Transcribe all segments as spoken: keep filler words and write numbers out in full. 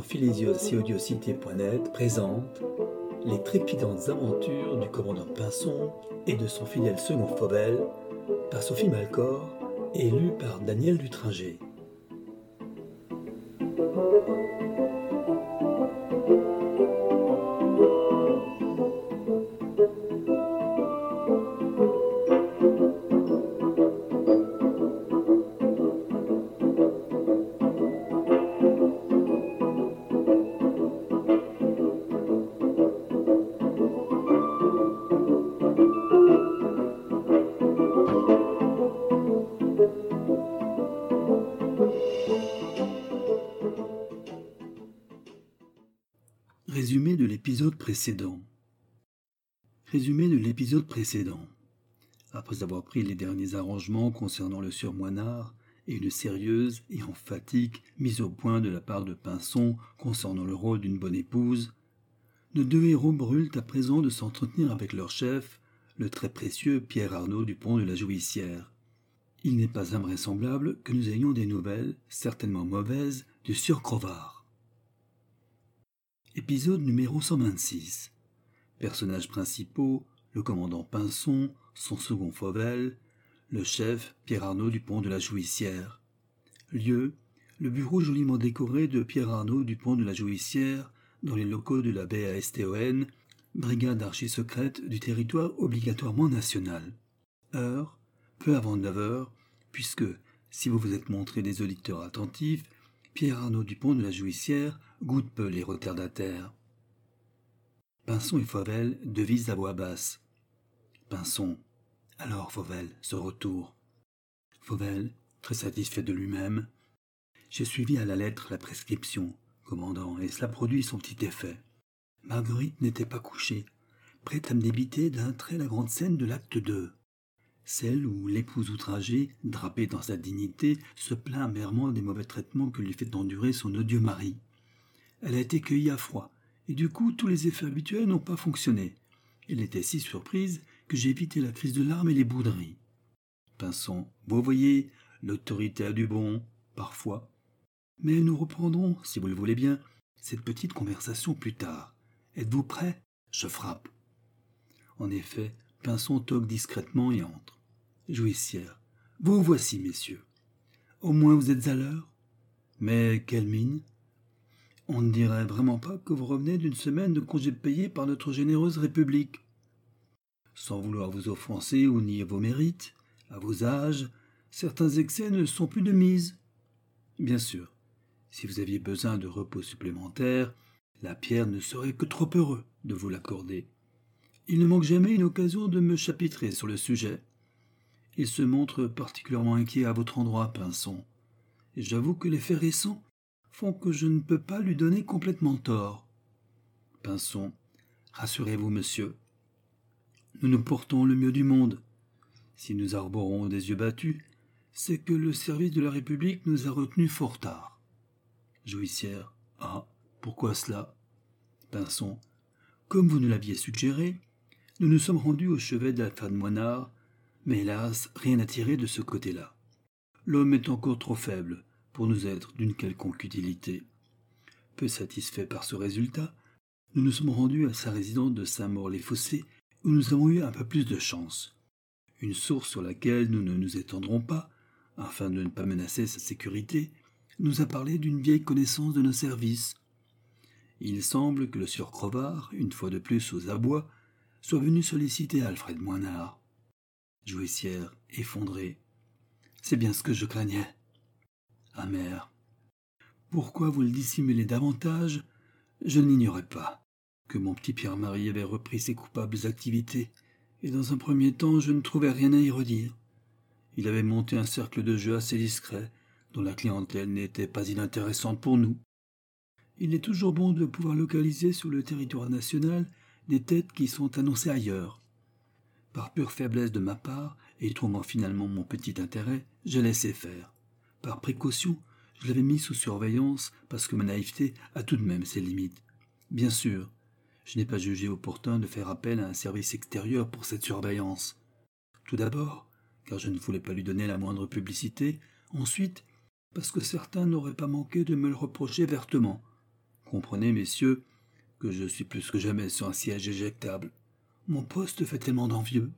l'émission Philesios et Audiocité point net présente les trépidantes aventures du commandant Pinson et de son fidèle second Fauvel par Sophie Malcor et lu par Daniel Dutringer. Résumé de l'épisode précédent. Résumé de l'épisode précédent. Après avoir pris les derniers arrangements concernant le sieur Moinard et une sérieuse et emphatique mise au point de la part de Pinson concernant le rôle d'une bonne épouse, nos deux héros brûlent à présent de s'entretenir avec leur chef, le très précieux Pierre Arnaud Dupont de la Jouissière. Il n'est pas invraisemblable que nous ayons des nouvelles, certainement mauvaises, du sieur Croward. Épisode numéro cent vingt-six. Personnages principaux, le commandant Pinson, son second Fauvel, le chef Pierre Arnaud Dupont de la Jouissière. Lieu, le bureau joliment décoré de Pierre Arnaud Dupont de la Jouissière, dans les locaux de la B A S T O N, brigade archi-secrète du territoire obligatoirement national. Heure, peu avant neuf heures, puisque, si vous vous êtes montré des auditeurs attentifs, Pierre Arnaud Dupont de la Jouissière goûte peu les retardataires. Pinson et Fauvel devisent à voix basse. Pinson. Alors, Fauvel, ce retour. Fauvel, très satisfait de lui-même. J'ai suivi à la lettre la prescription, commandant, et cela produit son petit effet. Marguerite n'était pas couchée, prête à me débiter d'un trait la grande scène de l'acte deux. Celle où l'épouse outragée, drapée dans sa dignité, se plaint amèrement des mauvais traitements que lui fait endurer son odieux mari. Elle a été cueillie à froid, et du coup tous les effets habituels n'ont pas fonctionné. Elle était si surprise que j'ai évité la crise de larmes et les bouderies. Pinson, vous voyez, l'autorité a du bon, parfois. Mais nous reprendrons, si vous le voulez bien, cette petite conversation plus tard. Êtes-vous prêts ? Je frappe. En effet, Pinson toque discrètement et entre. Jouissière. Vous voici, messieurs. Au moins vous êtes à l'heure. Mais quelle mine ? On ne dirait vraiment pas que vous revenez d'une semaine de congé payé par notre généreuse République. Sans vouloir vous offenser ou nier vos mérites, à vos âges, certains excès ne sont plus de mise. Bien sûr, si vous aviez besoin de repos supplémentaire, la Pierre ne serait que trop heureux de vous l'accorder. Il ne manque jamais une occasion de me chapitrer sur le sujet. Il se montre particulièrement inquiet à votre endroit, Pinson, et j'avoue que les faits récents font que je ne peux pas lui donner complètement tort. Pinson, rassurez-vous, monsieur. Nous nous portons le mieux du monde. Si nous arborons des yeux battus, c'est que le service de la République nous a retenus fort tard. Jouissière. Ah, pourquoi cela ? Pinson. Comme vous nous l'aviez suggéré, nous nous sommes rendus au chevet d'Alpha de Moinard, mais hélas, rien à tirer de ce côté-là. L'homme est encore trop faible pour nous être d'une quelconque utilité. Peu satisfaits par ce résultat, nous nous sommes rendus à sa résidence de Saint-Maur-les-Fossés, où nous avons eu un peu plus de chance. Une source sur laquelle nous ne nous étendrons pas, afin de ne pas menacer sa sécurité, nous a parlé d'une vieille connaissance de nos services. Il semble que le sieur Croward, une fois de plus aux abois, soit venu solliciter Alfred Moinard. Jouissière, effondrée. C'est bien ce que je craignais. Amer. Pourquoi vous le dissimulez davantage ? Je n'ignorais pas que mon petit Pierre-Marie avait repris ses coupables activités, et dans un premier temps je ne trouvais rien à y redire. Il avait monté un cercle de jeu assez discret, dont la clientèle n'était pas inintéressante pour nous. Il est toujours bon de pouvoir localiser sur le territoire national des têtes qui sont annoncées ailleurs. Par pure faiblesse de ma part, et trouvant finalement mon petit intérêt, je laissais faire. Par précaution, je l'avais mis sous surveillance parce que ma naïveté a tout de même ses limites. Bien sûr, je n'ai pas jugé opportun de faire appel à un service extérieur pour cette surveillance. Tout d'abord, car je ne voulais pas lui donner la moindre publicité. Ensuite, parce que certains n'auraient pas manqué de me le reprocher vertement. comprenez, messieurs, que je suis plus que jamais sur un siège éjectable. Mon poste fait tellement d'envieux.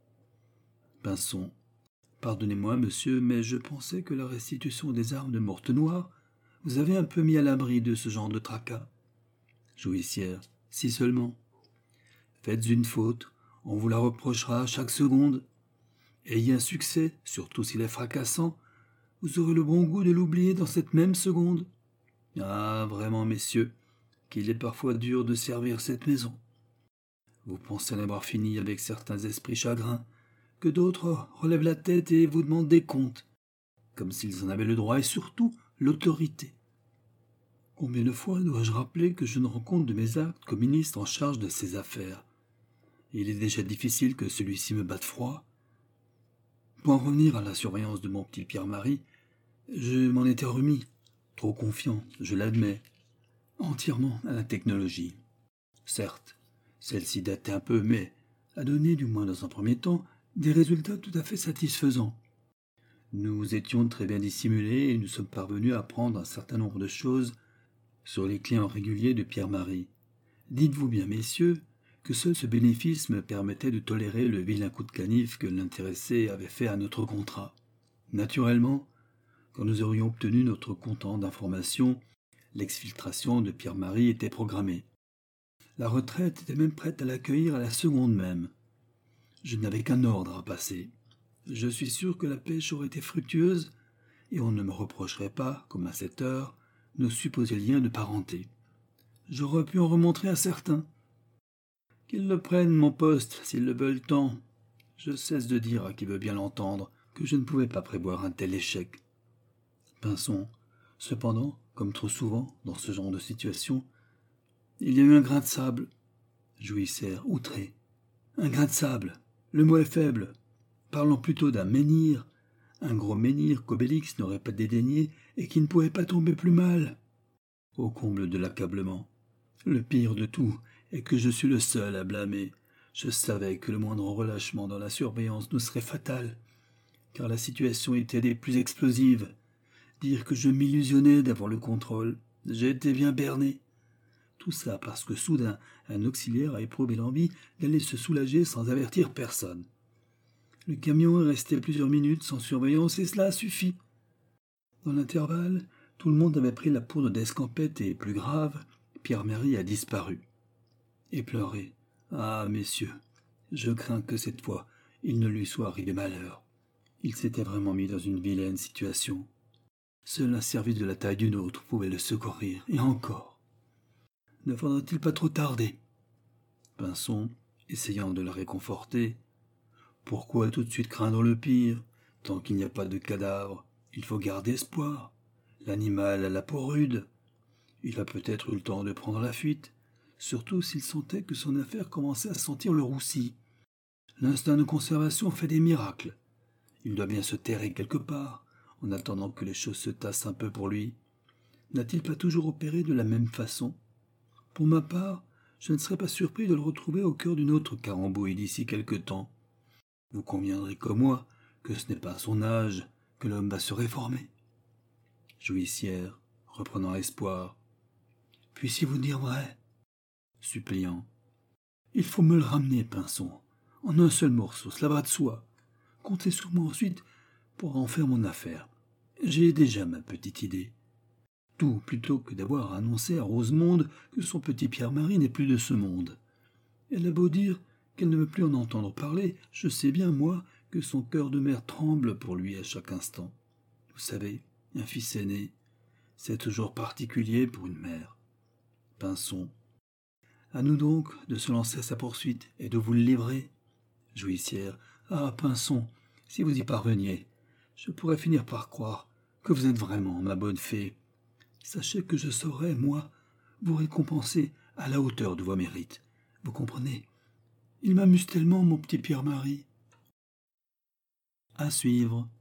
Pinson. Pardonnez-moi, monsieur, mais je pensais que la restitution des armes de Mortenoir vous avait un peu mis à l'abri de ce genre de tracas. Jouissière. Si seulement. Faites une faute, on vous la reprochera chaque seconde. Ayez un succès, surtout s'il est fracassant, vous aurez le bon goût de l'oublier dans cette même seconde. Ah, vraiment, messieurs, qu'il est parfois dur de servir cette maison. Vous pensez en avoir fini avec certains esprits chagrins, que d'autres relèvent la tête et vous demandent des comptes, comme s'ils en avaient le droit et surtout l'autorité. Combien de fois dois-je rappeler que je ne rends compte de mes actes qu'au ministre en charge de ces affaires? Il est déjà difficile que celui-ci me batte froid. Pour en revenir à la surveillance de mon petit Pierre-Marie, je m'en étais remis, trop confiant, je l'admets, entièrement à la technologie. Certes, celle-ci datait un peu, mais a donné, du moins dans un premier temps, des résultats tout à fait satisfaisants. Nous étions très bien dissimulés et nous sommes parvenus à apprendre un certain nombre de choses sur les clients réguliers de Pierre-Marie. Dites-vous bien, messieurs, que seul ce bénéfice me permettait de tolérer le vilain coup de canif que l'intéressé avait fait à notre contrat. Naturellement, quand nous aurions obtenu notre comptant d'information, l'exfiltration de Pierre-Marie était programmée. La retraite était même prête à l'accueillir à la seconde même. Je n'avais qu'un ordre à passer. Je suis sûr que la pêche aurait été fructueuse, et on ne me reprocherait pas, comme à cette heure, nos supposés liens de parenté. J'aurais pu en remontrer à certains. Qu'ils le prennent, mon poste, s'ils le veulent tant. Je cesse de dire à qui veut bien l'entendre que je ne pouvais pas prévoir un tel échec. Pinson. Cependant, comme trop souvent dans ce genre de situation, il y a eu un grain de sable. Jouissère, outré. Un grain de sable. Le mot est faible. Parlons plutôt d'un menhir. Un gros menhir qu'Obélix n'aurait pas dédaigné et qui ne pouvait pas tomber plus mal. Au comble de l'accablement. Le pire de tout est que je suis le seul à blâmer. Je savais que le moindre relâchement dans la surveillance nous serait fatal, car la situation était des plus explosives. Dire que je m'illusionnais d'avoir le contrôle, j'ai été bien berné. Tout ça parce que soudain, un auxiliaire a éprouvé l'envie d'aller se soulager sans avertir personne. Le camion est resté plusieurs minutes sans surveillance et cela a suffi. Dans l'intervalle, tout le monde avait pris la poudre d'escampette et, plus grave, Pierre-Marie a disparu. Et pleuré. Ah, messieurs, je crains que cette fois, il ne lui soit arrivé malheur. Il s'était vraiment mis dans une vilaine situation. Seul un service de la taille d'une autre pouvait le secourir, et encore. Ne faudrait-il pas trop tarder? Pinson, essayant de le réconforter. Pourquoi tout de suite craindre le pire? Tant qu'il n'y a pas de cadavre, il faut garder espoir. L'animal a la peau rude. Il a peut-être eu le temps de prendre la fuite, surtout s'il sentait que son affaire commençait à sentir le roussi. L'instinct de conservation fait des miracles. Il doit bien se terrer quelque part, en attendant que les choses se tassent un peu pour lui. N'a-t-il pas toujours opéré de la même façon? Pour ma part, je ne serais pas surpris de le retrouver au cœur d'une autre carambouille d'ici quelque temps. Vous conviendrez comme moi que ce n'est pas à son âge que l'homme va se réformer. Jouissière, reprenant espoir. Puissiez-vous dire vrai? Suppliant. Il faut me le ramener, Pinson, en un seul morceau, cela va de soi. Comptez sur moi ensuite pour en faire mon affaire. J'ai déjà ma petite idée. Tout plutôt que d'avoir annoncé à Rosemonde que son petit Pierre-Marie n'est plus de ce monde. Elle a beau dire qu'elle ne veut plus en entendre parler, je sais bien, moi, que son cœur de mère tremble pour lui à chaque instant. Vous savez, un fils aîné, c'est toujours particulier pour une mère. Pinson. À nous donc de se lancer à sa poursuite et de vous le livrer. Jouissière. Ah, Pinson, si vous y parveniez, je pourrais finir par croire que vous êtes vraiment ma bonne fée. Sachez que je saurais, moi, vous récompenser à la hauteur de vos mérites. Vous comprenez? Il m'amuse tellement, mon petit Pierre-Marie. À suivre.